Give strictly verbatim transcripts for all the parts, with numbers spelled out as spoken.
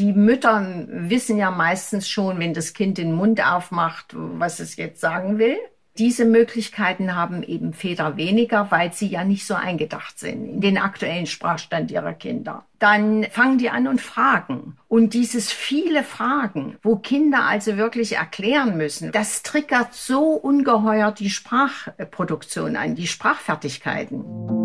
Die Mütter wissen ja meistens schon, wenn das Kind den Mund aufmacht, was es jetzt sagen will. Diese Möglichkeiten haben eben Väter weniger, weil sie ja nicht so eingedacht sind in den aktuellen Sprachstand ihrer Kinder. Dann fangen die an und fragen. Und dieses viele Fragen, wo Kinder also wirklich erklären müssen, das triggert so ungeheuer die Sprachproduktion an, die Sprachfertigkeiten.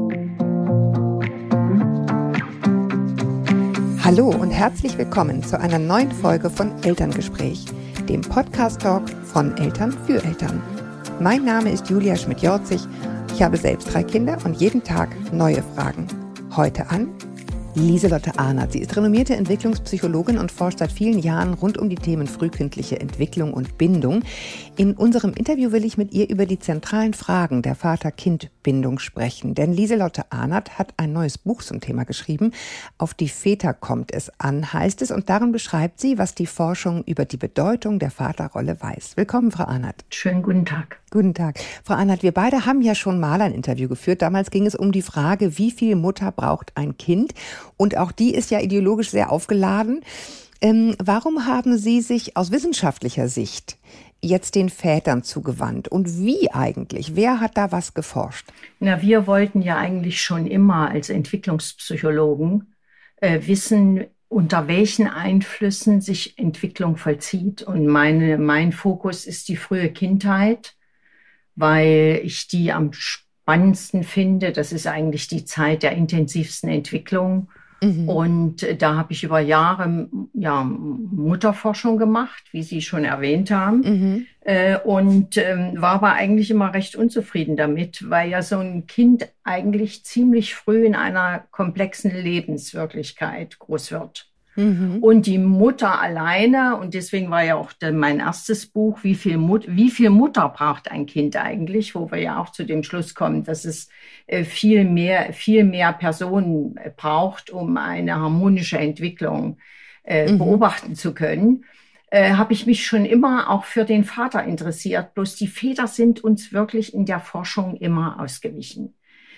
Hallo und herzlich willkommen zu einer neuen Folge von Elterngespräch, dem Podcast-Talk von Eltern für Eltern. Mein Name ist Julia Schmidt-Jorzig. Ich habe selbst drei Kinder und jeden Tag neue Fragen. Heute an Lieselotte Arnert. Sie ist renommierte Entwicklungspsychologin und forscht seit vielen Jahren rund um die Themen frühkindliche Entwicklung und Bindung. In unserem Interview will ich mit ihr über die zentralen Fragen der Vater-Kind-Bindung sprechen. Denn Lieselotte Arnert hat ein neues Buch zum Thema geschrieben. Auf die Väter kommt es an, heißt es. Und darin beschreibt sie, was die Forschung über die Bedeutung der Vaterrolle weiß. Willkommen, Frau Arnert. Schönen guten Tag. Guten Tag. Frau Arnert, wir beide haben ja schon mal ein Interview geführt. Damals ging es um die Frage, wie viel Mutter braucht ein Kind? Und auch die ist ja ideologisch sehr aufgeladen. Ähm, warum haben Sie sich aus wissenschaftlicher Sicht jetzt den Vätern zugewandt? Und wie eigentlich? Wer hat da was geforscht? Na, wir wollten ja eigentlich schon immer als Entwicklungspsychologen äh, wissen, unter welchen Einflüssen sich Entwicklung vollzieht. Und meine, mein Fokus ist die frühe Kindheit, weil ich die am spannendsten finde. Das ist eigentlich die Zeit der intensivsten Entwicklung. Mhm. Und da habe ich über Jahre ja, Mutterforschung gemacht, wie Sie schon erwähnt haben. Mhm. Äh, und ähm, war aber eigentlich immer recht unzufrieden damit, weil ja so ein Kind eigentlich ziemlich früh in einer komplexen Lebenswirklichkeit groß wird. Mhm. Und die Mutter alleine, und deswegen war ja auch mein erstes Buch, wie viel, Mut, wie viel Mutter braucht ein Kind eigentlich, wo wir ja auch zu dem Schluss kommen, dass es äh, viel mehr, viel mehr Personen braucht, um eine harmonische Entwicklung äh, mhm. beobachten zu können, äh, habe ich mich schon immer auch für den Vater interessiert. Bloß die Väter sind uns wirklich in der Forschung immer ausgewichen.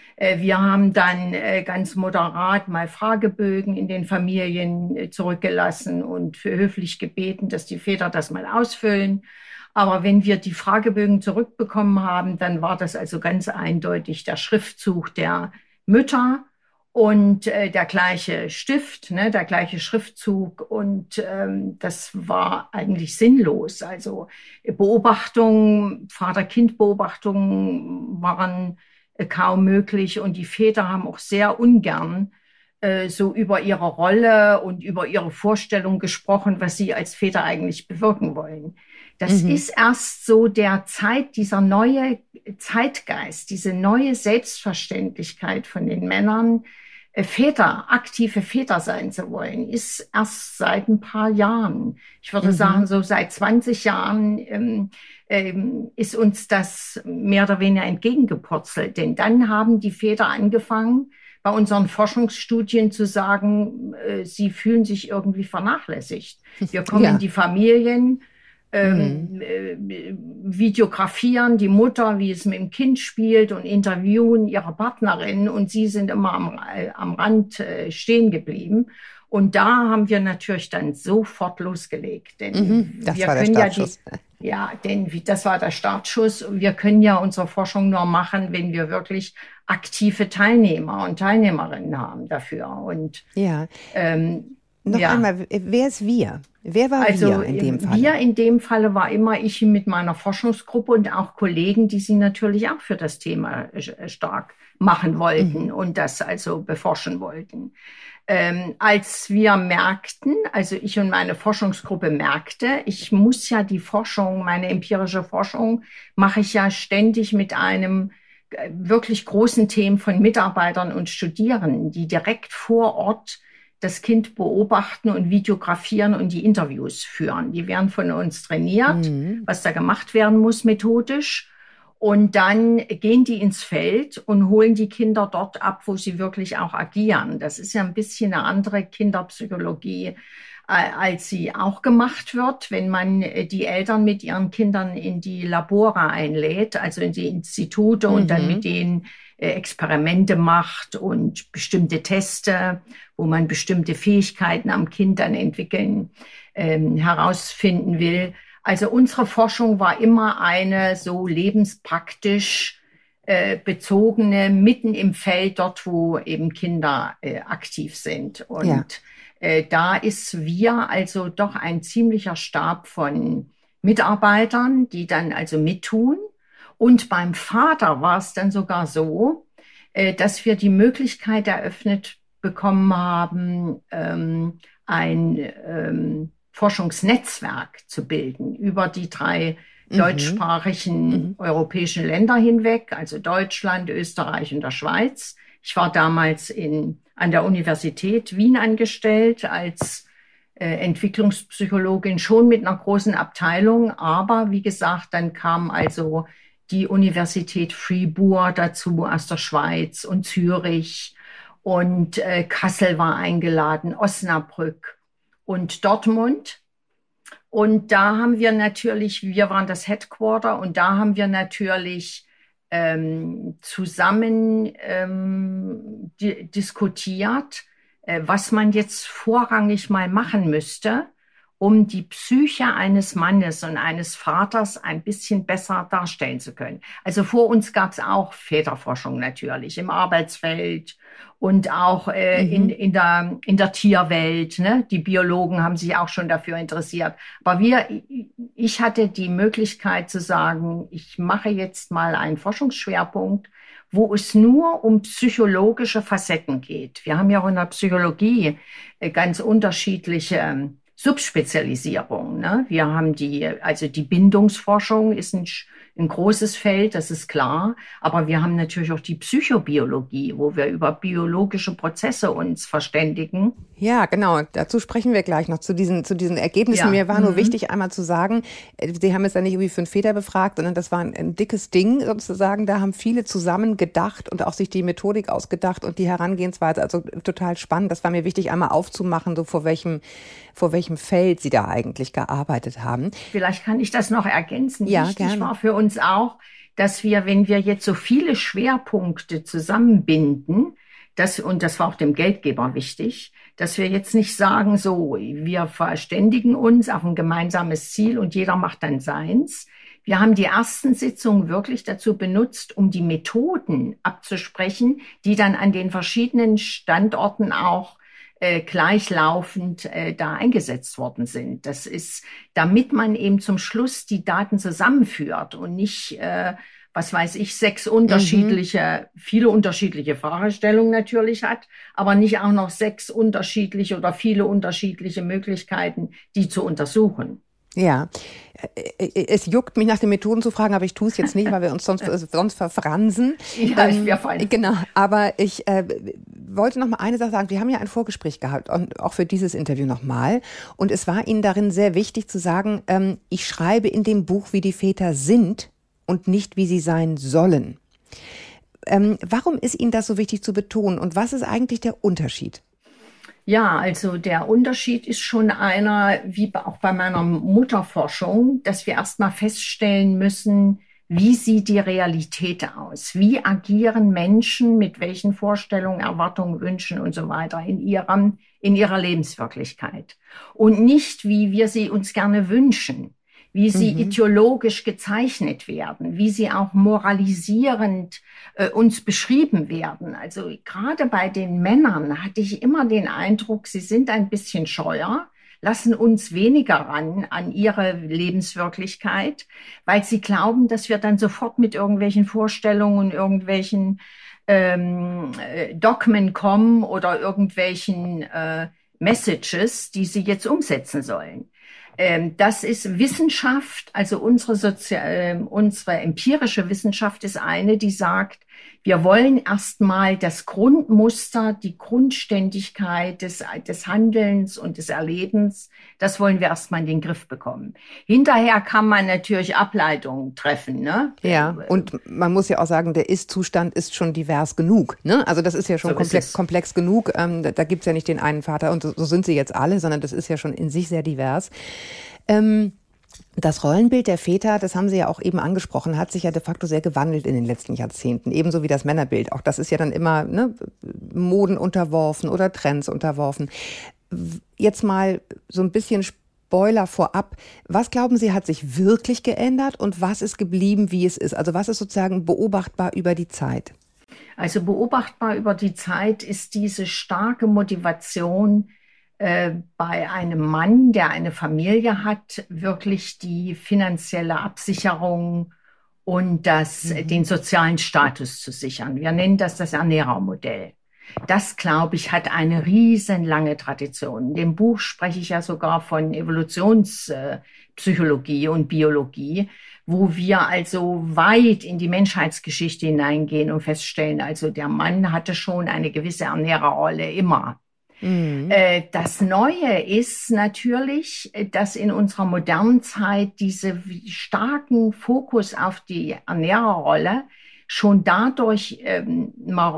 Wir haben dann ganz moderat mal Fragebögen in den Familien zurückgelassen und für höflich gebeten, dass die Väter das mal ausfüllen. Aber wenn wir die Fragebögen zurückbekommen haben, dann war das also ganz eindeutig der Schriftzug der Mütter und äh, der gleiche Stift, ne, der gleiche Schriftzug. Und ähm, das war eigentlich sinnlos. Also Beobachtungen, Vater-Kind-Beobachtungen waren kaum möglich. Und die Väter haben auch sehr ungern äh, so über ihre Rolle und über ihre Vorstellung gesprochen, was sie als Väter eigentlich bewirken wollen. Das mhm. ist erst so der Zeit, dieser neue Zeitgeist, diese neue Selbstverständlichkeit von den Männern, äh, Väter, aktive Väter sein zu wollen, ist erst seit ein paar Jahren. Ich würde mhm. sagen, so seit zwanzig Jahren ähm, ähm, ist uns das mehr oder weniger entgegengepurzelt. Denn dann haben die Väter angefangen, bei unseren Forschungsstudien zu sagen, äh, sie fühlen sich irgendwie vernachlässigt. Wir kommen ja. in die Familien, ähm, mhm. äh, videografieren die Mutter, wie es mit dem Kind spielt und interviewen ihre Partnerin und sie sind immer am, äh, am Rand äh, stehen geblieben. Und da haben wir natürlich dann sofort losgelegt. Denn mhm, das wir war können der Startschuss. Ja, die, ja, denn wie, das war der Startschuss. Wir können ja unsere Forschung nur machen, wenn wir wirklich aktive Teilnehmer und Teilnehmerinnen haben dafür. Und ja. ähm, Noch ja. einmal, wer ist wir? Wer war also, wir in dem Fall? Wir in dem Falle war immer ich mit meiner Forschungsgruppe und auch Kollegen, die sie natürlich auch für das Thema stark machen wollten mhm. und das also beforschen wollten. Ähm, als wir merkten, also ich und meine Forschungsgruppe merkte, ich muss ja die Forschung, meine empirische Forschung, mache ich ja ständig mit einem äh, wirklich großen Team von Mitarbeitern und Studierenden, die direkt vor Ort das Kind beobachten und videografieren und die Interviews führen. Die werden von uns trainiert, mhm. was da gemacht werden muss methodisch. Und dann gehen die ins Feld und holen die Kinder dort ab, wo sie wirklich auch agieren. Das ist ja ein bisschen eine andere Kinderpsychologie als sie auch gemacht wird, wenn man die Eltern mit ihren Kindern in die Labore einlädt, also in die Institute, mhm. und dann mit denen Experimente macht und bestimmte Teste, wo man bestimmte Fähigkeiten am Kind dann entwickeln, ähm, herausfinden will. Also unsere Forschung war immer eine so lebenspraktisch äh, bezogene, mitten im Feld, dort wo eben Kinder äh, aktiv sind. Und ja. äh, da ist wir also doch ein ziemlicher Stab von Mitarbeitern, die dann also mittun. Und beim Vater war es dann sogar so, äh, dass wir die Möglichkeit eröffnet bekommen haben, ähm, ein ähm, Forschungsnetzwerk zu bilden über die drei mhm. deutschsprachigen mhm. europäischen Länder hinweg, also Deutschland, Österreich und der Schweiz. Ich war damals in, an der Universität Wien angestellt als äh, Entwicklungspsychologin, schon mit einer großen Abteilung. Aber wie gesagt, dann kam also die Universität Fribourg dazu aus der Schweiz und Zürich und äh, Kassel war eingeladen, Osnabrück und Dortmund. Und da haben wir natürlich, wir waren das Headquarter und da haben wir natürlich ähm, zusammen ähm, di- diskutiert, äh, was man jetzt vorrangig mal machen müsste, um die Psyche eines Mannes und eines Vaters ein bisschen besser darstellen zu können. Also vor uns gab es auch Väterforschung natürlich im Arbeitsfeld und auch äh, mhm. in, in, der, in der Tierwelt. Ne? Die Biologen haben sich auch schon dafür interessiert. Aber wir, ich hatte die Möglichkeit zu sagen, ich mache jetzt mal einen Forschungsschwerpunkt, wo es nur um psychologische Facetten geht. Wir haben ja auch in der Psychologie äh, ganz unterschiedliche Subspezialisierung. Ne? Wir haben die, also die Bindungsforschung ist ein, ein großes Feld, das ist klar. Aber wir haben natürlich auch die Psychobiologie, wo wir über biologische Prozesse uns verständigen. Ja, genau. Dazu sprechen wir gleich noch zu diesen, zu diesen Ergebnissen. Ja. Mir war nur mhm. wichtig, einmal zu sagen, Sie haben es ja nicht irgendwie fünf Väter befragt, sondern das war ein, ein dickes Ding sozusagen. Da haben viele zusammen gedacht und auch sich die Methodik ausgedacht und die Herangehensweise. Also total spannend. Das war mir wichtig, einmal aufzumachen, so vor welchem, vor welchem Feld Sie da eigentlich gearbeitet haben. Vielleicht kann ich das noch ergänzen. Ja, Wichtig gerne. war für uns auch, dass wir, wenn wir jetzt so viele Schwerpunkte zusammenbinden, das, und das war auch dem Geldgeber wichtig, dass wir jetzt nicht sagen, so, wir verständigen uns auf ein gemeinsames Ziel und jeder macht dann seins. Wir haben die ersten Sitzungen wirklich dazu benutzt, um die Methoden abzusprechen, die dann an den verschiedenen Standorten auch äh, gleichlaufend äh, da eingesetzt worden sind. Das ist, damit man eben zum Schluss die Daten zusammenführt und nicht äh, was weiß ich, sechs unterschiedliche, mhm. viele unterschiedliche Fragestellungen natürlich hat, aber nicht auch noch sechs unterschiedliche oder viele unterschiedliche Möglichkeiten, die zu untersuchen. Ja, es juckt mich nach den Methoden zu fragen, aber ich tue es jetzt nicht, weil wir uns sonst, sonst verfransen. Ja, ich wäre fein. Genau, aber ich äh, wollte noch mal eine Sache sagen. Wir haben ja ein Vorgespräch gehabt, und auch für dieses Interview nochmal. Und es war Ihnen darin sehr wichtig zu sagen, ähm, ich schreibe in dem Buch, wie die Väter sind, und nicht, wie sie sein sollen. Ähm, warum ist Ihnen das so wichtig zu betonen und was ist eigentlich der Unterschied? Ja, also der Unterschied ist schon einer, wie auch bei meiner Mutterforschung, dass wir erstmal feststellen müssen, wie sieht die Realität aus? Wie agieren Menschen mit welchen Vorstellungen, Erwartungen, Wünschen und so weiter in ihrem, in ihrer Lebenswirklichkeit? Und nicht, wie wir sie uns gerne wünschen, wie sie mhm. ideologisch gezeichnet werden, wie sie auch moralisierend äh, uns beschrieben werden. Also gerade bei den Männern hatte ich immer den Eindruck, sie sind ein bisschen scheuer, lassen uns weniger ran an ihre Lebenswirklichkeit, weil sie glauben, dass wir dann sofort mit irgendwelchen Vorstellungen, irgendwelchen ähm, Dogmen kommen oder irgendwelchen äh, Messages, die sie jetzt umsetzen sollen. Das ist Wissenschaft, also unsere, Sozi- äh, unsere empirische Wissenschaft ist eine, die sagt, Wir wollen erstmal das Grundmuster, die Grundständigkeit des, des Handelns und des Erlebens, das wollen wir erstmal in den Griff bekommen. Hinterher kann man natürlich Ableitungen treffen, ne? Ja, und man muss ja auch sagen, der Ist-Zustand ist schon divers genug, ne? Also das ist ja schon so komplex, komplex genug. Ähm, da da gibt's ja nicht den einen Vater und so, so sind sie jetzt alle, sondern das ist ja schon in sich sehr divers. Ähm, Das Rollenbild der Väter, das haben Sie ja auch eben angesprochen, hat sich ja de facto sehr gewandelt in den letzten Jahrzehnten. Ebenso wie das Männerbild. Auch das ist ja dann immer, ne, Moden unterworfen oder Trends unterworfen. Jetzt mal so ein bisschen Spoiler vorab. Was glauben Sie, hat sich wirklich geändert und was ist geblieben, wie es ist? Also was ist sozusagen beobachtbar über die Zeit? Also beobachtbar über die Zeit ist diese starke Motivation, Äh, bei einem Mann, der eine Familie hat, wirklich die finanzielle Absicherung und das, mhm. den sozialen Status zu sichern. Wir nennen das das Ernährermodell. Das, glaube ich, hat eine riesenlange Tradition. In dem Buch spreche ich ja sogar von Evolutionspsychologie und Biologie, wo wir also weit in die Menschheitsgeschichte hineingehen und feststellen, also der Mann hatte schon eine gewisse Ernährerrolle immer. Mhm. Das Neue ist natürlich, dass in unserer modernen Zeit diese starken Fokus auf die Ernährerrolle schon dadurch ähm,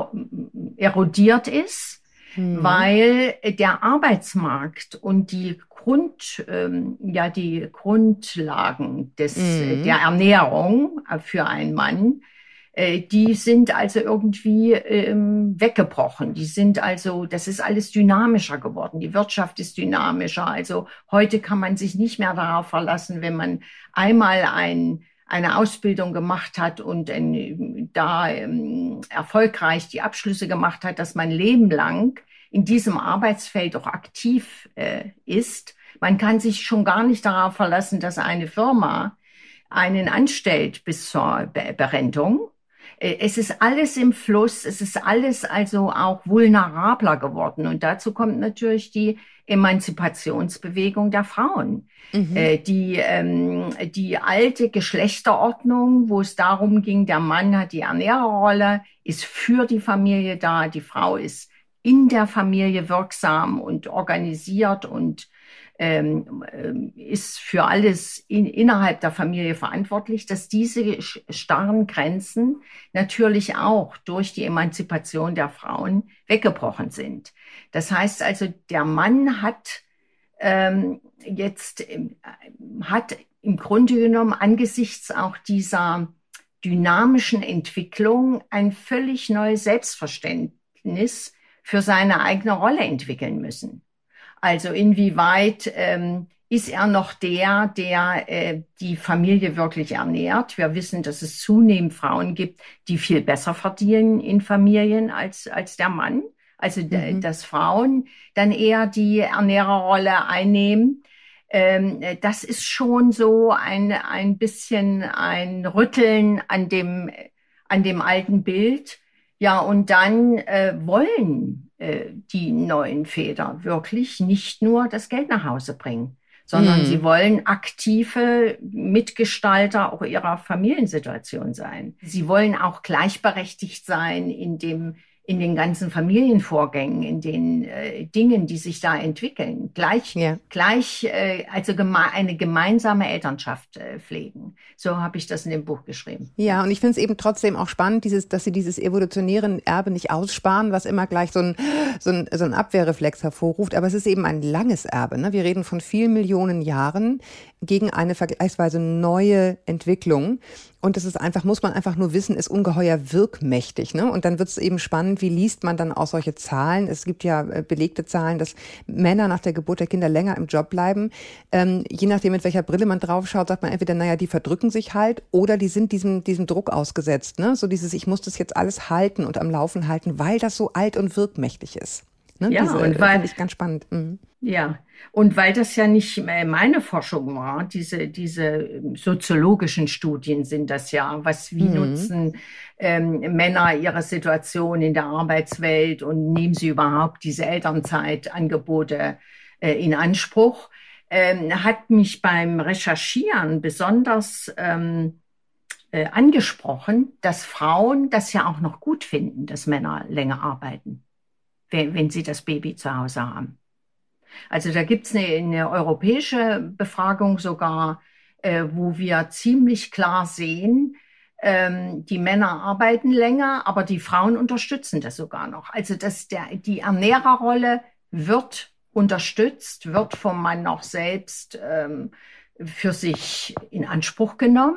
erodiert ist, mhm. weil der Arbeitsmarkt und die Grund, ähm, ja, die Grundlagen des, mhm. der Ernährung für einen Mann, die sind also irgendwie ähm, weggebrochen. Die sind also, das ist alles dynamischer geworden. Die Wirtschaft ist dynamischer. Also heute kann man sich nicht mehr darauf verlassen, wenn man einmal ein, eine Ausbildung gemacht hat und ein, da ähm, erfolgreich die Abschlüsse gemacht hat, dass man lebenlang in diesem Arbeitsfeld auch aktiv äh, ist. Man kann sich schon gar nicht darauf verlassen, dass eine Firma einen anstellt bis zur Be- Berentung. Es ist alles im Fluss, es ist alles also auch vulnerabler geworden. Und dazu kommt natürlich die Emanzipationsbewegung der Frauen. Mhm. Äh, die, ähm, die alte Geschlechterordnung, wo es darum ging, der Mann hat die Ernährerrolle, ist für die Familie da, die Frau ist in der Familie wirksam und organisiert und ähm, ist für alles in, innerhalb der Familie verantwortlich, dass diese starren Grenzen natürlich auch durch die Emanzipation der Frauen weggebrochen sind. Das heißt also, der Mann hat ähm, jetzt hat im Grunde genommen angesichts auch dieser dynamischen Entwicklung ein völlig neues Selbstverständnis für seine eigene Rolle entwickeln müssen. Also inwieweit ähm, ist er noch der, der äh, die Familie wirklich ernährt? Wir wissen, dass es zunehmend Frauen gibt, die viel besser verdienen in Familien als als der Mann. Also mhm. dass Frauen dann eher die Ernährerrolle einnehmen. Ähm, das ist schon so ein ein bisschen ein Rütteln an dem an dem alten Bild. Ja, und dann äh, wollen äh, die neuen Väter wirklich nicht nur das Geld nach Hause bringen, sondern mm. sie wollen aktive Mitgestalter auch ihrer Familiensituation sein. Sie wollen auch gleichberechtigt sein in dem in den ganzen Familienvorgängen, in den äh, Dingen, die sich da entwickeln. Gleich, yeah. gleich äh, also geme- eine gemeinsame Elternschaft äh, pflegen. So habe ich das in dem Buch geschrieben. Ja, und ich finde es eben trotzdem auch spannend, dieses, dass sie dieses evolutionäre Erbe nicht aussparen, was immer gleich so ein, so ein, so ein Abwehrreflex hervorruft. Aber es ist eben ein langes Erbe, ne? Wir reden von vielen Millionen Jahren gegen eine vergleichsweise neue Entwicklung. Und das ist einfach, muss man einfach nur wissen, ist ungeheuer wirkmächtig, ne? Und dann wird es eben spannend, wie liest man dann auch solche Zahlen? Es gibt ja belegte Zahlen, dass Männer nach der Geburt der Kinder länger im Job bleiben. Ähm, je nachdem, mit welcher Brille man draufschaut, sagt man entweder, naja, die verdrücken sich halt oder die sind diesem, diesem Druck ausgesetzt, ne? So dieses, ich muss das jetzt alles halten und am Laufen halten, weil das so alt und wirkmächtig ist. Ne? Ja, Diese, und weil, finde ich ganz spannend. Mhm. Ja, und weil das ja nicht meine Forschung war, diese, diese soziologischen Studien sind das ja, was, wie mhm. nutzen ähm, Männer ihre Situation in der Arbeitswelt und nehmen sie überhaupt diese Elternzeitangebote äh, in Anspruch, ähm, hat mich beim Recherchieren besonders ähm, äh, angesprochen, dass Frauen das ja auch noch gut finden, dass Männer länger arbeiten, wenn, wenn sie das Baby zu Hause haben. Also da gibt's eine, eine europäische Befragung sogar, äh, wo wir ziemlich klar sehen, ähm, die Männer arbeiten länger, aber die Frauen unterstützen das sogar noch. Also dass der, die Ernährerrolle wird unterstützt, wird vom Mann auch selbst ähm, für sich in Anspruch genommen.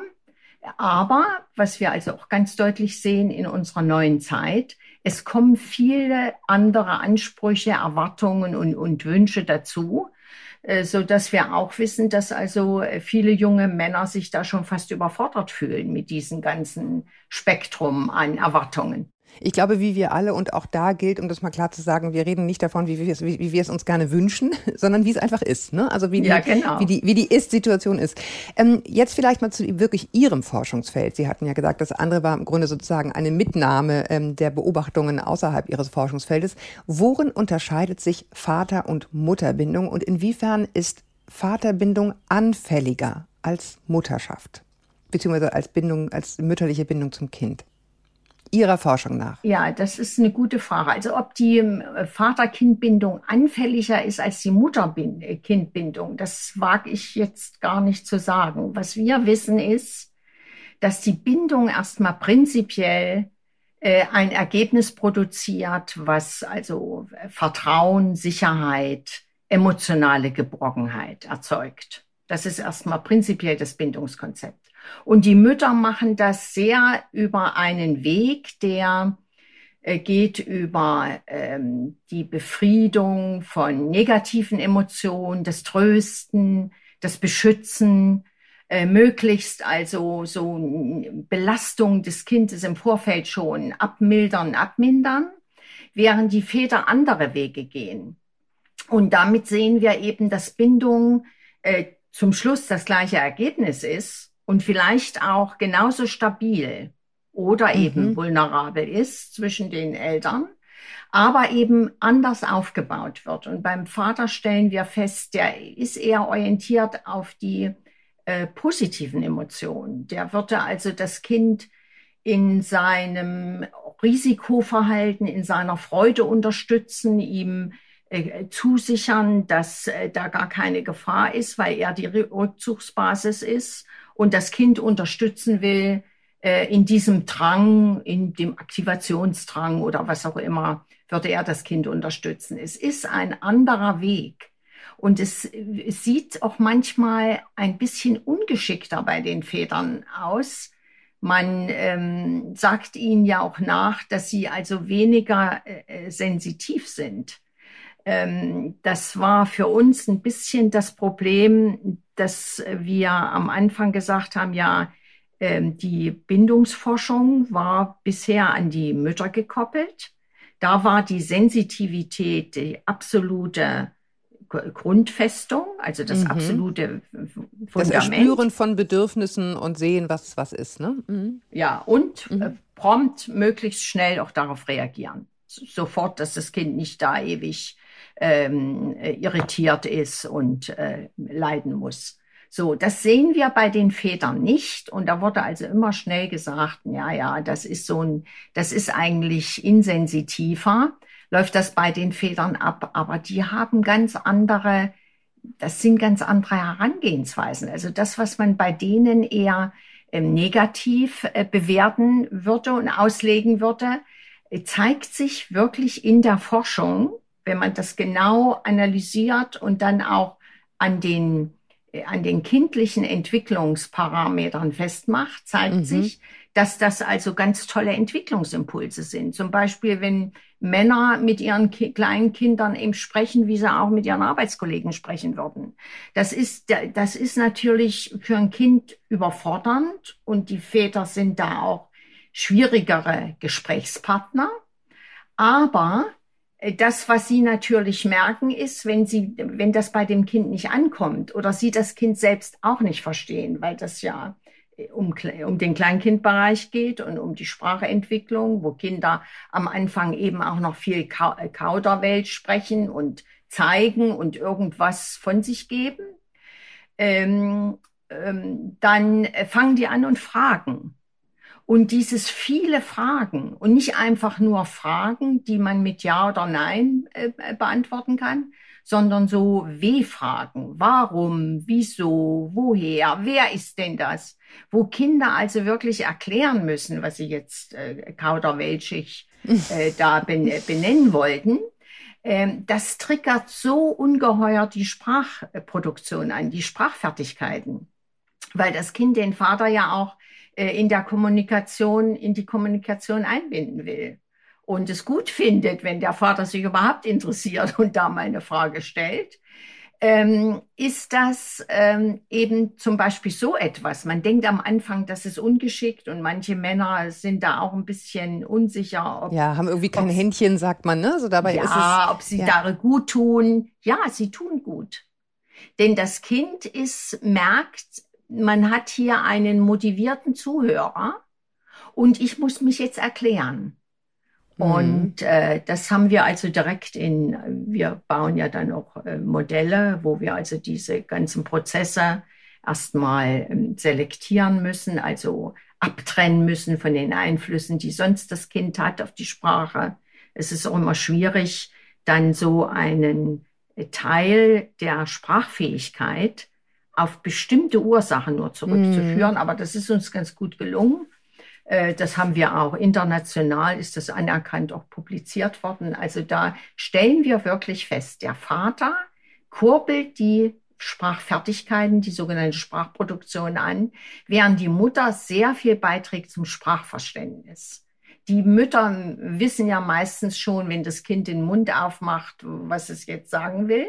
Aber was wir also auch ganz deutlich sehen in unserer neuen Zeit, es kommen viele andere Ansprüche, Erwartungen und, und Wünsche dazu, äh, so dass wir auch wissen, dass also viele junge Männer sich da schon fast überfordert fühlen mit diesem ganzen Spektrum an Erwartungen. Ich glaube, wie wir alle, und auch da gilt, um das mal klar zu sagen, wir reden nicht davon, wie wir es, wie, wie wir es uns gerne wünschen, sondern wie es einfach ist, ne? Also wie die, ja, genau. wie die, wie die Ist-Situation ist. Ähm, jetzt vielleicht mal zu wirklich Ihrem Forschungsfeld. Sie hatten ja gesagt, das andere war im Grunde sozusagen eine Mitnahme ähm, der Beobachtungen außerhalb Ihres Forschungsfeldes. Worin unterscheidet sich Vater- und Mutterbindung und inwiefern ist Vaterbindung anfälliger als Mutterschaft, beziehungsweise als Bindung, als mütterliche Bindung zum Kind? Ihrer Forschung nach? Ja, das ist eine gute Frage. Also ob die Vater-Kind-Bindung anfälliger ist als die Mutter-Kind-Bindung, das wage ich jetzt gar nicht zu sagen. Was wir wissen ist, dass die Bindung erstmal prinzipiell äh, ein Ergebnis produziert, was also Vertrauen, Sicherheit, emotionale Geborgenheit erzeugt. Das ist erstmal prinzipiell das Bindungskonzept. Und die Mütter machen das sehr über einen Weg, der äh, geht über ähm, die Befriedung von negativen Emotionen, das Trösten, das Beschützen, äh, möglichst also so Belastung des Kindes im Vorfeld schon abmildern, abmindern, während die Väter andere Wege gehen. Und damit sehen wir eben, dass Bindung äh, zum Schluss das gleiche Ergebnis ist und vielleicht auch genauso stabil oder mhm. eben vulnerabel ist zwischen den Eltern, aber eben anders aufgebaut wird. Und beim Vater stellen wir fest, der ist eher orientiert auf die äh, positiven Emotionen. Der würde also das Kind in seinem Risikoverhalten, in seiner Freude unterstützen, ihm äh, zusichern, dass äh, da gar keine Gefahr ist, weil er die Rückzugsbasis ist und das Kind unterstützen will äh, in diesem Drang, in dem Aktivationsdrang oder was auch immer, würde er das Kind unterstützen. Es ist ein anderer Weg. Und es, es sieht auch manchmal ein bisschen ungeschickter bei den Vätern aus. Man ähm, sagt ihnen ja auch nach, dass sie also weniger äh, sensitiv sind. Ähm, das war für uns ein bisschen das Problem, dass wir am Anfang gesagt haben, ja, ähm, die Bindungsforschung war bisher an die Mütter gekoppelt. Da war die Sensitivität die absolute Grundfestung, also das mhm. absolute Fundament. Das Erspüren von Bedürfnissen und sehen, was was ist, ne? Mhm. Ja, und mhm. äh, prompt, möglichst schnell auch darauf reagieren. Sofort, dass das Kind nicht da ewig ähm, irritiert ist und äh, leiden muss. So, das sehen wir bei den Vätern nicht. Und da wurde also immer schnell gesagt, ja, ja, das ist so ein, das ist eigentlich insensitiver. Läuft das bei den Vätern ab. Aber die haben ganz andere, das sind ganz andere Herangehensweisen. Also das, was man bei denen eher ähm, negativ äh, bewerten würde und auslegen würde, äh, zeigt sich wirklich in der Forschung, wenn man das genau analysiert und dann auch an den an den kindlichen Entwicklungsparametern festmacht, zeigt mhm. sich, dass das also ganz tolle Entwicklungsimpulse sind. Zum Beispiel, wenn Männer mit ihren Ki- kleinen Kindern eben sprechen, wie sie auch mit ihren Arbeitskollegen sprechen würden. Das ist, das ist natürlich für ein Kind überfordernd und die Väter sind da auch schwierigere Gesprächspartner. Aber das, was sie natürlich merken, ist, wenn sie, wenn das bei dem Kind nicht ankommt oder sie das Kind selbst auch nicht verstehen, weil das ja um, um den Kleinkindbereich geht und um die Sprachentwicklung, wo Kinder am Anfang eben auch noch viel Kauderwelsch sprechen und zeigen und irgendwas von sich geben, ähm, ähm, dann fangen die an und fragen. Und dieses viele Fragen und nicht einfach nur Fragen, die man mit Ja oder Nein äh, beantworten kann, sondern so W-Fragen. Warum, wieso, woher, wer ist denn das? Wo Kinder also wirklich erklären müssen, was sie jetzt äh, kauderwelschig äh, da ben, äh, benennen wollten. Ähm, das triggert so ungeheuer die Sprachproduktion an, die Sprachfertigkeiten, weil das Kind den Vater ja auch äh, in der Kommunikation, in die Kommunikation einbinden will und es gut findet, wenn der Vater sich überhaupt interessiert und da mal eine Frage stellt. Ähm, ist das ähm, eben zum Beispiel so etwas. Man denkt am Anfang, das ist ungeschickt und manche Männer sind da auch ein bisschen unsicher. Ob, ja, haben irgendwie kein Händchen, sagt man, ne? So dabei ja, ist es, ob sie ja. da gut tun. Ja, sie tun gut. Denn das Kind ist, merkt, man hat hier einen motivierten Zuhörer und ich muss mich jetzt erklären. Und äh, das haben wir also direkt in, wir bauen ja dann auch äh, Modelle, wo wir also diese ganzen Prozesse erstmal ähm, selektieren müssen, also abtrennen müssen von den Einflüssen, die sonst das Kind hat auf die Sprache. Es ist auch immer schwierig, dann so einen Teil der Sprachfähigkeit auf bestimmte Ursachen nur zurückzuführen. Mm. Aber das ist uns ganz gut gelungen. Das haben wir auch international, ist das anerkannt, auch publiziert worden. Also da stellen wir wirklich fest, der Vater kurbelt die Sprachfertigkeiten, die sogenannte Sprachproduktion an, während die Mutter sehr viel beiträgt zum Sprachverständnis. Die Mütter wissen ja meistens schon, wenn das Kind den Mund aufmacht, was es jetzt sagen will.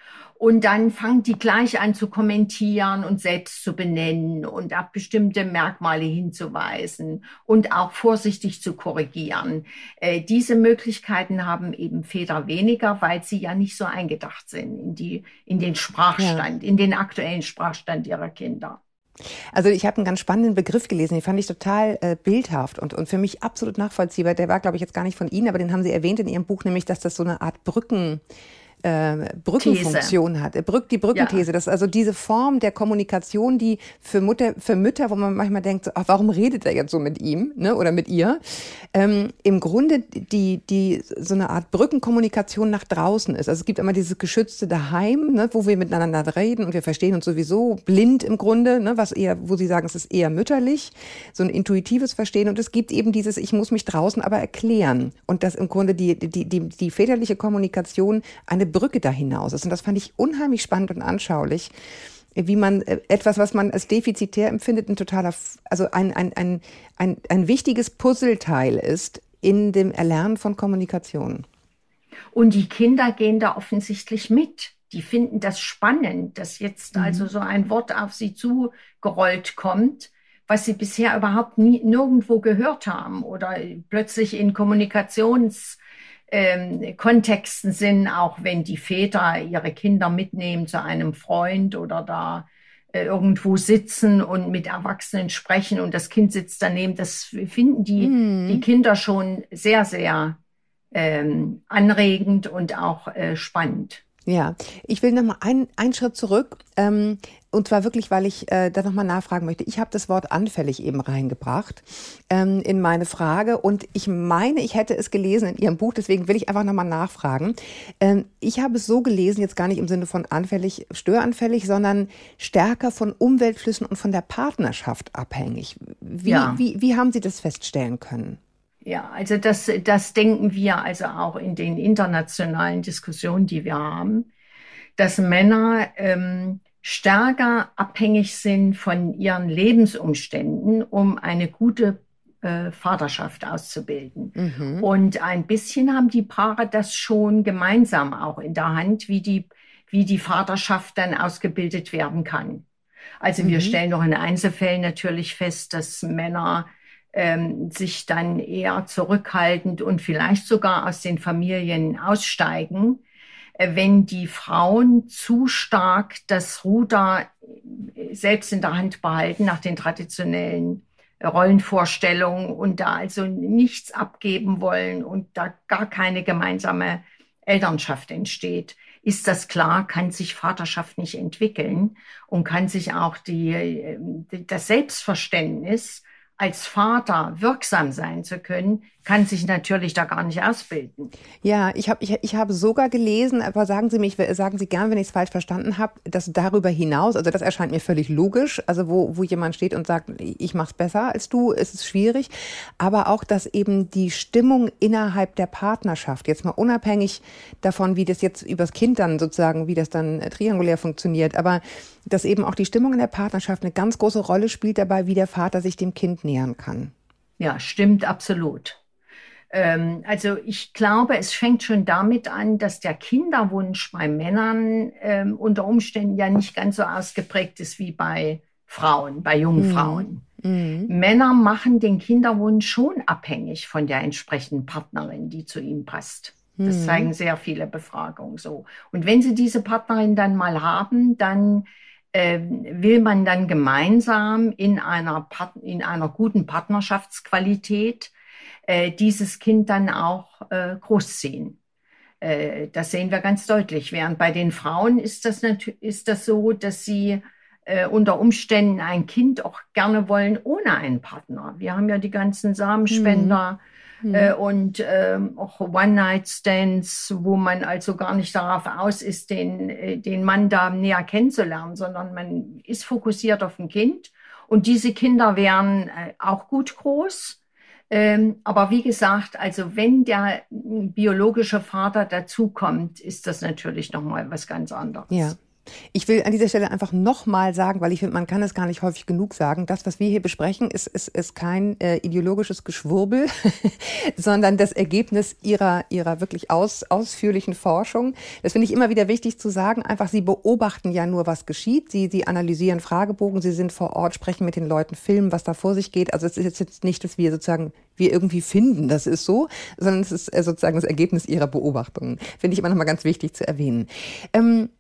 Und dann fangen die gleich an zu kommentieren und selbst zu benennen und auf bestimmte Merkmale hinzuweisen und auch vorsichtig zu korrigieren. Äh, diese Möglichkeiten haben eben Väter weniger, weil sie ja nicht so eingedacht sind in die, in den Sprachstand, ja. in den aktuellen Sprachstand ihrer Kinder. Also ich habe einen ganz spannenden Begriff gelesen, den fand ich total äh, bildhaft und, und für mich absolut nachvollziehbar. Der war, glaube ich, jetzt gar nicht von Ihnen, aber den haben Sie erwähnt in Ihrem Buch, nämlich, dass das so eine Art Brücken Äh, Brückenfunktion These. hat, die Brückenthese, ja. Das ist also diese Form der Kommunikation, die für Mutter, für Mütter, wo man manchmal denkt, so, ach, warum redet er jetzt so mit ihm, ne, oder mit ihr, ähm, im Grunde die, die so eine Art Brückenkommunikation nach draußen ist. Also es gibt immer dieses geschützte Daheim, ne, wo wir miteinander reden und wir verstehen uns sowieso blind im Grunde, ne, was eher, wo Sie sagen, es ist eher mütterlich, so ein intuitives Verstehen, und es gibt eben dieses, ich muss mich draußen aber erklären, und dass im Grunde die, die, die, die väterliche Kommunikation eine Brücke da hinaus ist. Und das fand ich unheimlich spannend und anschaulich, wie man etwas, was man als defizitär empfindet, ein totaler, also ein, ein, ein, ein, ein wichtiges Puzzleteil ist in dem Erlernen von Kommunikation. Und die Kinder gehen da offensichtlich mit. Die finden das spannend, dass jetzt mhm. also so ein Wort auf sie zugerollt kommt, was sie bisher überhaupt nie, nirgendwo gehört haben oder plötzlich in Kommunikations Ähm, Kontexten sind, auch wenn die Väter ihre Kinder mitnehmen zu einem Freund oder da äh, irgendwo sitzen und mit Erwachsenen sprechen und das Kind sitzt daneben. Das finden die, mm. die Kinder schon sehr, sehr ähm, anregend und auch äh, spannend. Ja, ich will noch mal einen, einen Schritt zurück, ähm, und zwar wirklich, weil ich äh, da noch mal nachfragen möchte. Ich habe das Wort anfällig eben reingebracht ähm, in meine Frage, und ich meine, ich hätte es gelesen in Ihrem Buch, deswegen will ich einfach noch mal nachfragen. Ähm, ich habe es so gelesen, jetzt gar nicht im Sinne von anfällig, störanfällig, sondern stärker von Umweltflüssen und von der Partnerschaft abhängig. Wie, ja. wie, wie haben Sie das feststellen können? Ja, also das, das denken wir also auch in den internationalen Diskussionen, die wir haben, dass Männer ähm, stärker abhängig sind von ihren Lebensumständen, um eine gute äh, Vaterschaft auszubilden. Mhm. Und ein bisschen haben die Paare das schon gemeinsam auch in der Hand, wie die, wie die Vaterschaft dann ausgebildet werden kann. Also mhm. wir stellen noch in Einzelfällen natürlich fest, dass Männer Ähm, sich dann eher zurückhaltend und vielleicht sogar aus den Familien aussteigen, äh, wenn die Frauen zu stark das Ruder selbst in der Hand behalten nach den traditionellen äh, Rollenvorstellungen und da also nichts abgeben wollen und da gar keine gemeinsame Elternschaft entsteht. Ist das klar, kann sich Vaterschaft nicht entwickeln und kann sich auch die, das Selbstverständnis als Vater wirksam sein zu können, kann sich natürlich da gar nicht ausbilden. Ja, ich habe ich, ich habe sogar gelesen, aber sagen Sie mich, sagen Sie gern, wenn ich es falsch verstanden habe, dass darüber hinaus, also das erscheint mir völlig logisch, also wo, wo jemand steht und sagt, ich mache es besser als du, ist es schwierig, aber auch, dass eben die Stimmung innerhalb der Partnerschaft, jetzt mal unabhängig davon, wie das jetzt übers Kind dann sozusagen, wie das dann triangulär funktioniert, aber dass eben auch die Stimmung in der Partnerschaft eine ganz große Rolle spielt dabei, wie der Vater sich dem Kind nähern kann. Ja, stimmt absolut. Ähm, also ich glaube, es fängt schon damit an, dass der Kinderwunsch bei Männern ähm, unter Umständen ja nicht ganz so ausgeprägt ist wie bei Frauen, bei jungen Mhm. Frauen. Mhm. Männer machen den Kinderwunsch schon abhängig von der entsprechenden Partnerin, die zu ihm passt. Das Mhm. zeigen sehr viele Befragungen so. Und wenn sie diese Partnerin dann mal haben, dann äh, will man dann gemeinsam in einer, Part in einer guten Partnerschaftsqualität äh, dieses Kind dann auch äh, großziehen. Äh, das sehen wir ganz deutlich. Während bei den Frauen ist das, ist das so, dass sie äh, unter Umständen ein Kind auch gerne wollen ohne einen Partner. Wir haben ja die ganzen Samenspender. Mhm. Äh, und ähm, auch One-Night-Stands, wo man also gar nicht darauf aus ist, den, äh, den Mann da näher kennenzulernen, sondern man ist fokussiert auf ein Kind. Und diese Kinder wären äh, auch gut groß. Ähm, aber wie gesagt, also wenn der biologische Vater dazukommt, ist das natürlich nochmal was ganz anderes. Ja. Ich will an dieser Stelle einfach nochmal sagen, weil ich finde, man kann es gar nicht häufig genug sagen, das, was wir hier besprechen, ist, ist, ist kein äh, ideologisches Geschwurbel, sondern das Ergebnis ihrer, ihrer wirklich aus, ausführlichen Forschung. Das finde ich immer wieder wichtig zu sagen. Einfach, Sie beobachten ja nur, was geschieht. Sie, Sie analysieren Fragebogen, Sie sind vor Ort, sprechen mit den Leuten, filmen, was da vor sich geht. Also es ist jetzt nicht, dass wir sozusagen, wir irgendwie finden, das ist so, sondern es ist sozusagen das Ergebnis Ihrer Beobachtungen. Finde ich immer nochmal ganz wichtig zu erwähnen. Ähm,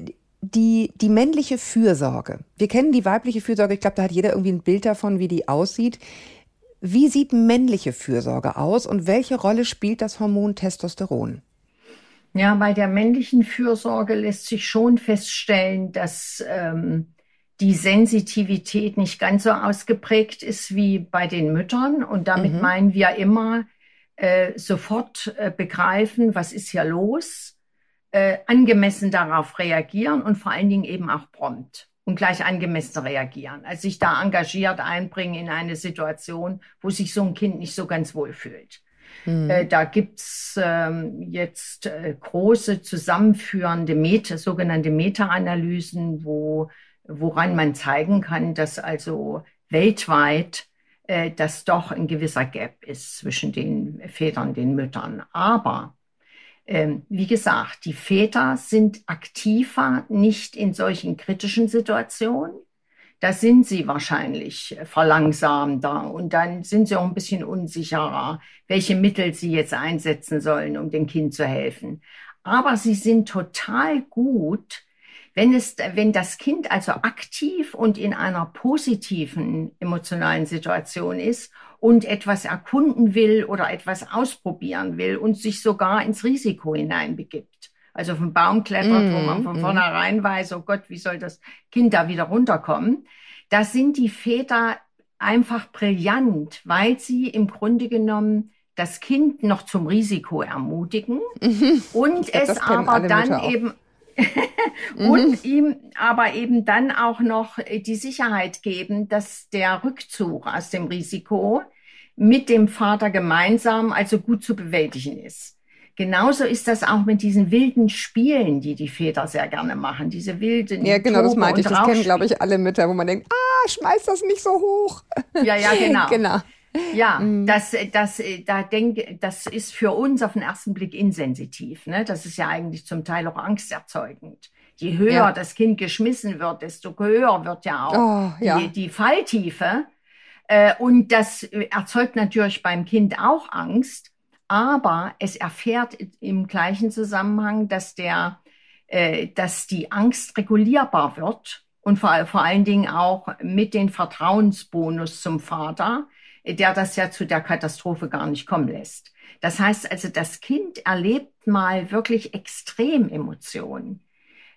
Die, die männliche Fürsorge. Wir kennen die weibliche Fürsorge. Ich glaube, da hat jeder irgendwie ein Bild davon, wie die aussieht. Wie sieht männliche Fürsorge aus und welche Rolle spielt das Hormon Testosteron? Ja, bei der männlichen Fürsorge lässt sich schon feststellen, dass ähm, die Sensitivität nicht ganz so ausgeprägt ist wie bei den Müttern. Und damit Mhm. meinen wir immer äh, sofort äh, begreifen, was ist hier los? Äh, angemessen darauf reagieren und vor allen Dingen eben auch prompt und gleich angemessen reagieren. Also sich da engagiert einbringen in eine Situation, wo sich so ein Kind nicht so ganz wohl fühlt. Mhm. Äh, da gibt's ähm, jetzt äh, große zusammenführende Meta, sogenannte Meta-Analysen, wo, woran man zeigen kann, dass also weltweit äh, das doch ein gewisser Gap ist zwischen den Vätern, den Müttern. Aber Ähm, wie gesagt, die Väter sind aktiver, nicht in solchen kritischen Situationen. Da sind sie wahrscheinlich verlangsamter und dann sind sie auch ein bisschen unsicherer, welche Mittel sie jetzt einsetzen sollen, um dem Kind zu helfen. Aber sie sind total gut, wenn es, wenn das Kind also aktiv und in einer positiven emotionalen Situation ist und etwas erkunden will oder etwas ausprobieren will und sich sogar ins Risiko hineinbegibt. Also auf den Baum klettert, mm, wo man von mm. vornherein weiß, oh Gott, wie soll das Kind da wieder runterkommen? Da sind die Väter einfach brillant, weil sie im Grunde genommen das Kind noch zum Risiko ermutigen mhm. und glaub, es aber dann eben und mhm. ihm aber eben dann auch noch die Sicherheit geben, dass der Rückzug aus dem Risiko mit dem Vater gemeinsam also gut zu bewältigen ist. Genauso ist das auch mit diesen wilden Spielen, die die Väter sehr gerne machen. Diese wilden Ja, genau, Tobe das meinte ich. Das kennen, glaube ich, alle Mütter, wo man denkt, ah, schmeiß das nicht so hoch. Ja, ja, genau. genau. Ja, mm. das, das, da denke, das ist für uns auf den ersten Blick insensitiv. Ne? Das ist ja eigentlich zum Teil auch angsterzeugend. Je höher ja. das Kind geschmissen wird, desto höher wird ja auch oh, ja. Die, die Falltiefe. Äh, und das erzeugt natürlich beim Kind auch Angst. Aber es erfährt im gleichen Zusammenhang, dass der, äh, dass die Angst regulierbar wird und vor, vor allen Dingen auch mit den Vertrauensbonus zum Vater, der das ja zu der Katastrophe gar nicht kommen lässt. Das heißt also, das Kind erlebt mal wirklich Extrememotionen.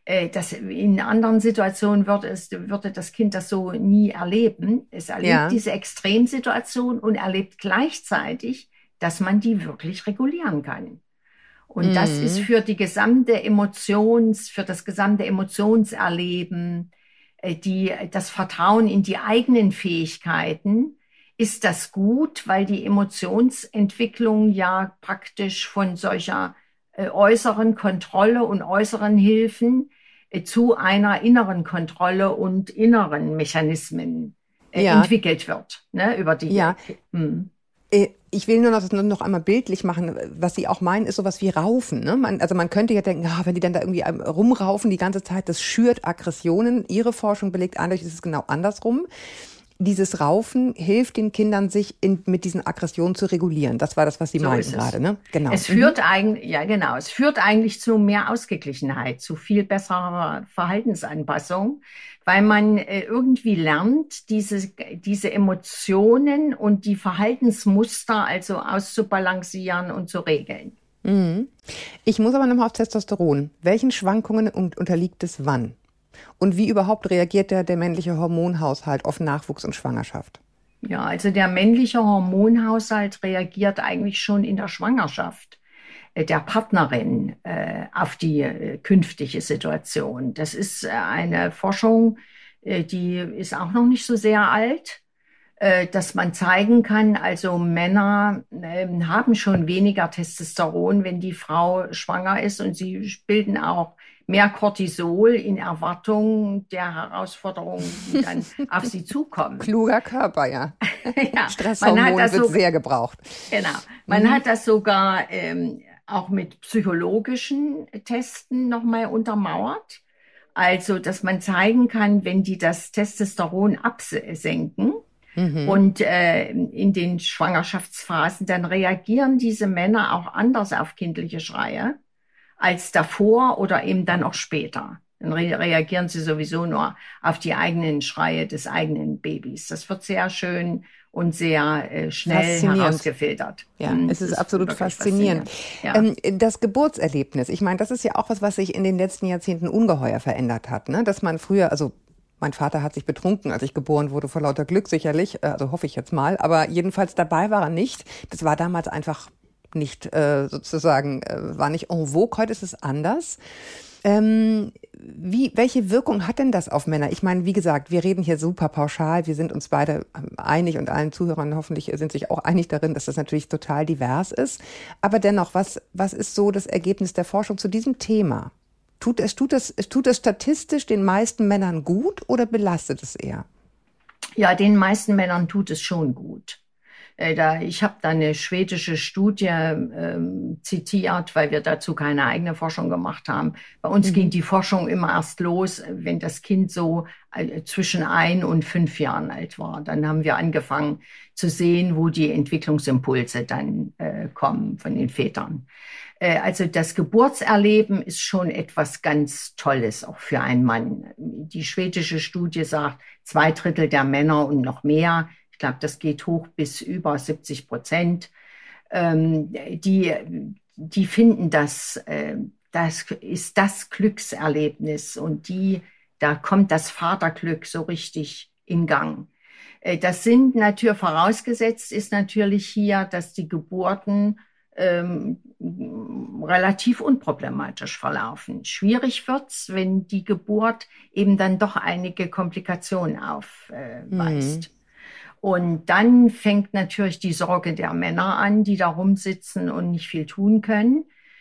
Das, in anderen Situationen würde, es, würde das Kind das so nie erleben. Es erlebt ja. diese Extremsituation und erlebt gleichzeitig, dass man die wirklich regulieren kann. Und mhm. das ist für die gesamte Emotions, für das gesamte Emotionserleben, die, das Vertrauen in die eigenen Fähigkeiten, ist das gut, weil die Emotionsentwicklung ja praktisch von solcher äh, äußeren Kontrolle und äußeren Hilfen äh, zu einer inneren Kontrolle und inneren Mechanismen äh, ja. entwickelt wird, ne, über die. Ja. Hm. Ich will nur noch, das nur noch einmal bildlich machen. Was Sie auch meinen, ist sowas wie Raufen. Ne? Man, also man könnte ja denken, ah, wenn die dann da irgendwie rumraufen die ganze Zeit, das schürt Aggressionen. Ihre Forschung belegt eindeutig, ist es genau andersrum. Dieses Raufen hilft den Kindern, sich in, mit diesen Aggressionen zu regulieren. Das war das, was Sie so meinten gerade, ne? Genau. Es führt mhm. eigentlich, ja genau, es führt eigentlich zu mehr Ausgeglichenheit, zu viel besserer Verhaltensanpassung, weil man äh, irgendwie lernt, diese, diese Emotionen und die Verhaltensmuster also auszubalancieren und zu regeln. Mhm. Ich muss aber nochmal auf Testosteron. Welchen Schwankungen unterliegt es wann? Und wie überhaupt reagiert der, der männliche Hormonhaushalt auf Nachwuchs und Schwangerschaft? Ja, also der männliche Hormonhaushalt reagiert eigentlich schon in der Schwangerschaft äh, der Partnerin äh, auf die äh, künftige Situation. Das ist äh, eine Forschung, äh, die ist auch noch nicht so sehr alt, äh, dass man zeigen kann, also Männer äh, haben schon weniger Testosteron, wenn die Frau schwanger ist, und sie bilden auch mehr Cortisol in Erwartung der Herausforderungen, die dann auf sie zukommen. Kluger Körper, ja. ja Stresshormon wird so, sehr gebraucht. Genau. Man mhm. hat das sogar ähm, auch mit psychologischen Testen nochmal untermauert. Also, dass man zeigen kann, wenn die das Testosteron absenken mhm. und äh, in den Schwangerschaftsphasen, dann reagieren diese Männer auch anders auf kindliche Schreie als davor oder eben dann auch später. Dann re- reagieren sie sowieso nur auf die eigenen Schreie des eigenen Babys. Das wird sehr schön und sehr äh, schnell herausgefiltert. Ja, hm, es ist, ist absolut faszinierend. faszinierend. Ja. Ähm, das Geburtserlebnis, ich meine, das ist ja auch was, was sich in den letzten Jahrzehnten ungeheuer verändert hat, ne? Dass man früher, also mein Vater hat sich betrunken, als ich geboren wurde, vor lauter Glück sicherlich, also hoffe ich jetzt mal, aber jedenfalls dabei war er nicht. Das war damals einfach nicht äh, sozusagen, äh, war nicht en vogue, heute ist es anders. Ähm, wie, welche Wirkung hat denn das auf Männer? Ich meine, wie gesagt, wir reden hier super pauschal, wir sind uns beide einig und allen Zuhörern hoffentlich sind sich auch einig darin, dass das natürlich total divers ist. Aber dennoch, was, was ist so das Ergebnis der Forschung zu diesem Thema? Tut es, tut es, tut es statistisch den meisten Männern gut oder belastet es eher? Ja, den meisten Männern tut es schon gut. Da, ich habe da eine schwedische Studie ähm, zitiert, weil wir dazu keine eigene Forschung gemacht haben. Bei uns mhm. ging die Forschung immer erst los, wenn das Kind so äh, zwischen ein und fünf Jahren alt war. Dann haben wir angefangen zu sehen, wo die Entwicklungsimpulse dann äh, kommen von den Vätern. Äh, also das Geburtserleben ist schon etwas ganz Tolles, auch für einen Mann. Die schwedische Studie sagt, zwei Drittel der Männer und noch mehr, ich glaube, das geht hoch bis über siebzig Prozent. Ähm, die, die finden, dass äh, das ist das Glückserlebnis und die, da kommt das Vaterglück so richtig in Gang. Äh, das sind natürlich, vorausgesetzt ist natürlich hier, dass die Geburten ähm, relativ unproblematisch verlaufen. Schwierig wird's, wenn die Geburt eben dann doch einige Komplikationen aufweist. Mhm. Und dann fängt natürlich die Sorge der Männer an, die da rumsitzen und nicht viel tun können.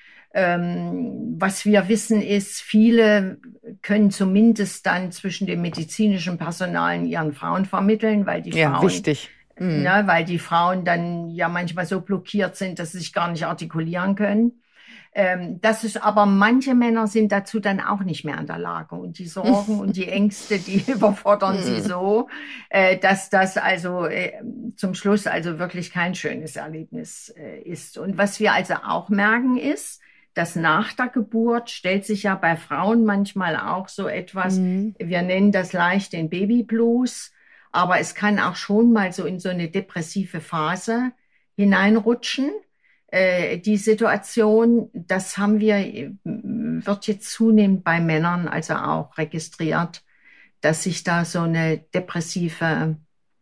Ähm, was wir wissen ist, viele können zumindest dann zwischen dem medizinischen Personal ihren Frauen vermitteln, weil die ja, Frauen, wichtig. Mhm. Ne, weil die Frauen dann ja manchmal so blockiert sind, dass sie sich gar nicht artikulieren können. Ähm, das ist, aber manche Männer sind dazu dann auch nicht mehr in der Lage und die Sorgen und die Ängste, die überfordern sie so, äh, dass das also äh, zum Schluss also wirklich kein schönes Erlebnis äh, ist. Und was wir also auch merken ist, dass nach der Geburt stellt sich ja bei Frauen manchmal auch so etwas, mhm. wir nennen das leicht den Babyblues, aber es kann auch schon mal so in so eine depressive Phase hineinrutschen. äh, die Situation, das haben wir, wird jetzt zunehmend bei Männern also auch registriert, dass sich da so eine depressive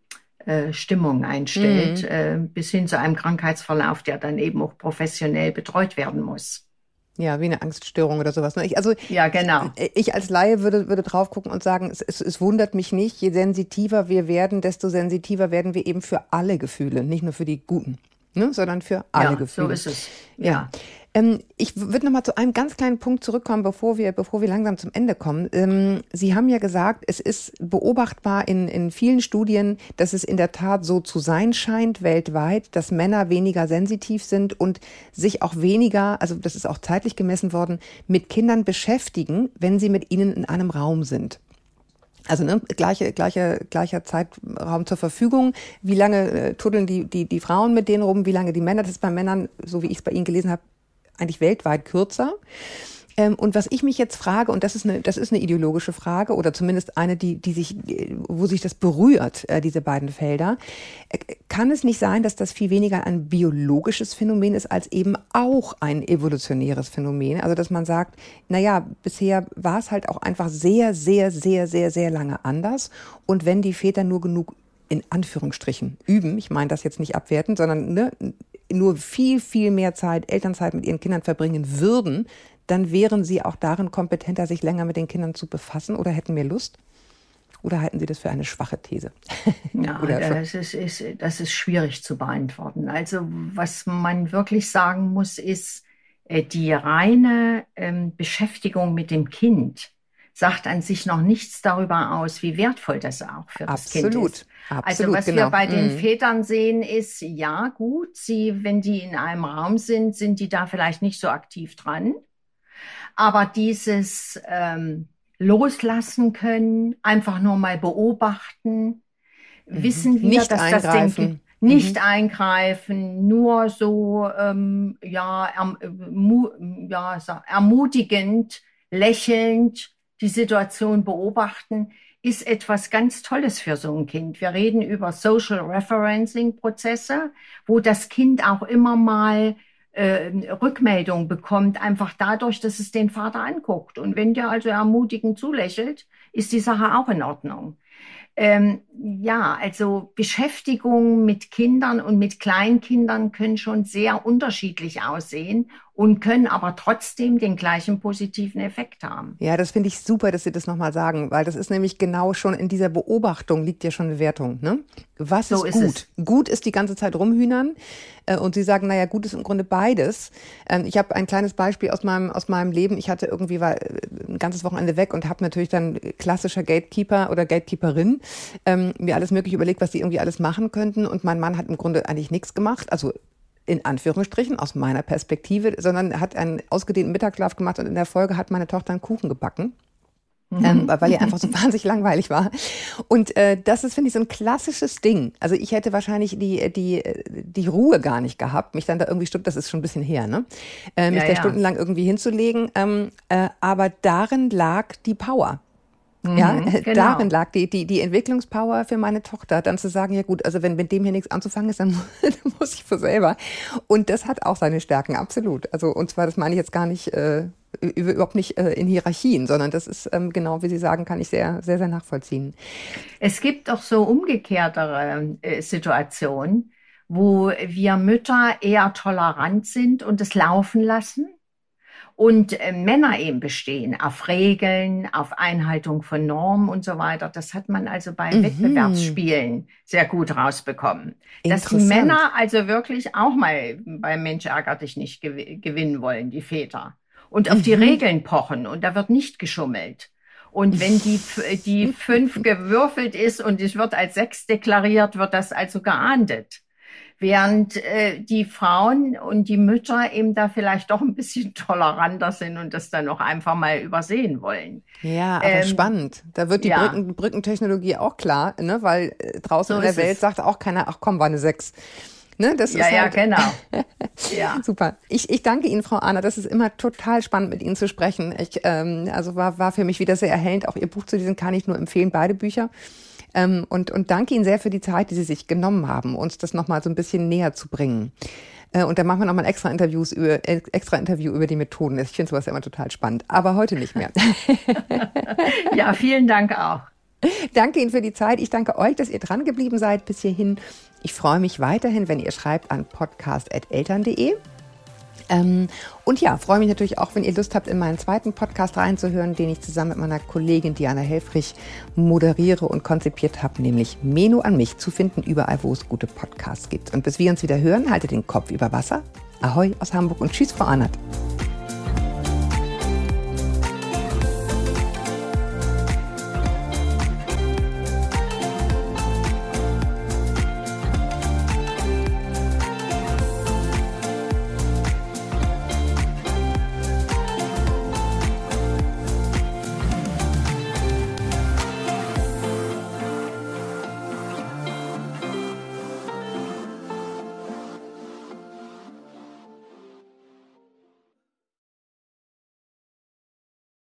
äh, Stimmung einstellt, Mhm. äh, bis hin zu einem Krankheitsverlauf, der dann eben auch professionell betreut werden muss. Ja, wie eine Angststörung oder sowas. Ne? Ich, also Ja, genau. ich, ich als Laie würde, würde drauf gucken und sagen, es, es, es wundert mich nicht, je sensitiver wir werden, desto sensitiver werden wir eben für alle Gefühle, nicht nur für die guten, ne? Sondern für alle Ja, Gefühle. so ist es. Ja. Ja. Ähm, ich würde noch mal zu einem ganz kleinen Punkt zurückkommen, bevor wir, bevor wir langsam zum Ende kommen. Ähm, Sie haben ja gesagt, es ist beobachtbar in, in vielen Studien, dass es in der Tat so zu sein scheint weltweit, dass Männer weniger sensitiv sind und sich auch weniger, also das ist auch zeitlich gemessen worden, mit Kindern beschäftigen, wenn sie mit ihnen in einem Raum sind. Also ne, gleiche, gleiche, gleicher Zeitraum zur Verfügung. Wie lange äh, tuddeln die, die, die Frauen mit denen rum, wie lange die Männer? Das ist bei Männern, so wie ich es bei Ihnen gelesen habe, eigentlich weltweit kürzer. Ähm, und was ich mich jetzt frage, und das ist eine, das ist eine ideologische Frage oder zumindest eine, die, die sich, wo sich das berührt, äh, diese beiden Felder. Äh, kann es nicht sein, dass das viel weniger ein biologisches Phänomen ist, als eben auch ein evolutionäres Phänomen? Also, dass man sagt, naja, bisher war es halt auch einfach sehr, sehr, sehr, sehr, sehr lange anders. Und wenn die Väter nur genug in Anführungsstrichen üben, ich meine das jetzt nicht abwerten, sondern ne, nur viel, viel mehr Zeit, Elternzeit mit ihren Kindern verbringen würden, dann wären sie auch darin kompetenter, sich länger mit den Kindern zu befassen oder hätten mehr Lust? Oder halten Sie das für eine schwache These? Ja, das ist, ist, das ist schwierig zu beantworten. Also was man wirklich sagen muss, ist, die reine ähm, Beschäftigung mit dem Kind sagt an sich noch nichts darüber aus, wie wertvoll das auch für das Absolut. Kind ist. Absolut, also was genau. wir bei den Mhm. Vätern sehen, ist, ja gut, sie, wenn die in einem Raum sind, sind die da vielleicht nicht so aktiv dran. Aber dieses ähm, Loslassen können, einfach nur mal beobachten, Mhm. wissen wir, Nicht dass eingreifen. das Ding nicht Mhm. eingreifen, nur so ähm, ja, erm, mu, ja, ermutigend, lächelnd die Situation beobachten, ist etwas ganz Tolles für so ein Kind. Wir reden über Social Referencing Prozesse, wo das Kind auch immer mal äh, Rückmeldung bekommt, einfach dadurch, dass es den Vater anguckt. Und wenn der also ermutigend zulächelt, ist die Sache auch in Ordnung. Ähm, ja, also Beschäftigung mit Kindern und mit Kleinkindern können schon sehr unterschiedlich aussehen und können aber trotzdem den gleichen positiven Effekt haben. Ja, das finde ich super, dass Sie das nochmal sagen, weil das ist nämlich genau schon in dieser Beobachtung liegt ja schon eine Wertung. Ne? Was So ist ist gut? es. Gut ist die ganze Zeit rumhühnern äh, und Sie sagen, naja, gut ist im Grunde beides. Ähm, ich habe ein kleines Beispiel aus meinem aus meinem Leben. Ich hatte irgendwie war äh, ein ganzes Wochenende weg und habe natürlich dann klassischer Gatekeeper oder Gatekeeperin ähm, mir alles mögliche überlegt, was die irgendwie alles machen könnten. Und mein Mann hat im Grunde eigentlich nichts gemacht. Also in Anführungsstrichen, aus meiner Perspektive, sondern hat einen ausgedehnten Mittagsschlaf gemacht und in der Folge hat meine Tochter einen Kuchen gebacken. Ähm, weil ihr einfach so wahnsinnig langweilig war. Und äh, das ist, finde ich, so ein klassisches Ding. Also ich hätte wahrscheinlich die die die Ruhe gar nicht gehabt, mich dann da irgendwie, das ist schon ein bisschen her, ne? Äh, mich Ja, da ja. stundenlang irgendwie hinzulegen. Ähm, äh, aber darin lag die Power. Mhm, Ja, genau. darin lag die, die, die Entwicklungspower für meine Tochter, dann zu sagen, ja gut, also wenn mit dem hier nichts anzufangen ist, dann, dann muss ich für selber. Und das hat auch seine Stärken, absolut. Also, und zwar, das meine ich jetzt gar nicht, äh, überhaupt nicht äh, in Hierarchien, sondern das ist ähm, genau, wie Sie sagen, kann ich sehr, sehr, sehr nachvollziehen. Es gibt auch so umgekehrtere äh, Situationen, wo wir Mütter eher tolerant sind und es laufen lassen. Und äh, Männer eben bestehen auf Regeln, auf Einhaltung von Normen und so weiter. Das hat man also bei Mhm. Wettbewerbsspielen sehr gut rausbekommen. Dass die Interessant. Männer also wirklich auch mal beim Mensch ärger dich nicht gew- gewinnen wollen, die Väter. Und auf die Mhm. Regeln pochen und da wird nicht geschummelt. Und wenn die, f- die fünf gewürfelt ist und es wird als sechs deklariert, wird das also geahndet. Während äh, die Frauen und die Mütter eben da vielleicht doch ein bisschen toleranter sind und das dann auch einfach mal übersehen wollen. Ja, aber Ähm, spannend. Da wird die ja. Brücken, Brückentechnologie auch klar, ne? Weil äh, draußen So in der ist Welt es. sagt auch keiner, ach komm, war eine sechs. Ne? Das Ja, ist ja, halt, genau. Ja. Super. Ich, ich danke Ihnen, Frau Ahner. Das ist immer total spannend, mit Ihnen zu sprechen. Ich, ähm, also war, war für mich wieder sehr erhellend. Auch Ihr Buch zu lesen kann ich nur empfehlen, beide Bücher. Ähm, und, und danke Ihnen sehr für die Zeit, die Sie sich genommen haben, uns das nochmal so ein bisschen näher zu bringen. Äh, und dann machen wir nochmal ein extra, Interviews über, äh, extra Interview über die Methoden. Ich finde sowas immer total spannend. Aber heute nicht mehr. Ja, vielen Dank auch. Danke Ihnen für die Zeit. Ich danke euch, dass ihr dran geblieben seid bis hierhin. Ich freue mich weiterhin, wenn ihr schreibt an podcast at eltern punkt de. Ähm, und ja, freue mich natürlich auch, wenn ihr Lust habt, in meinen zweiten Podcast reinzuhören, den ich zusammen mit meiner Kollegin Diana Helfrich moderiere und konzipiert habe, nämlich Menu an mich, zu finden überall, wo es gute Podcasts gibt. Und bis wir uns wieder hören, haltet den Kopf über Wasser. Ahoi aus Hamburg und tschüss, Frau Arnert.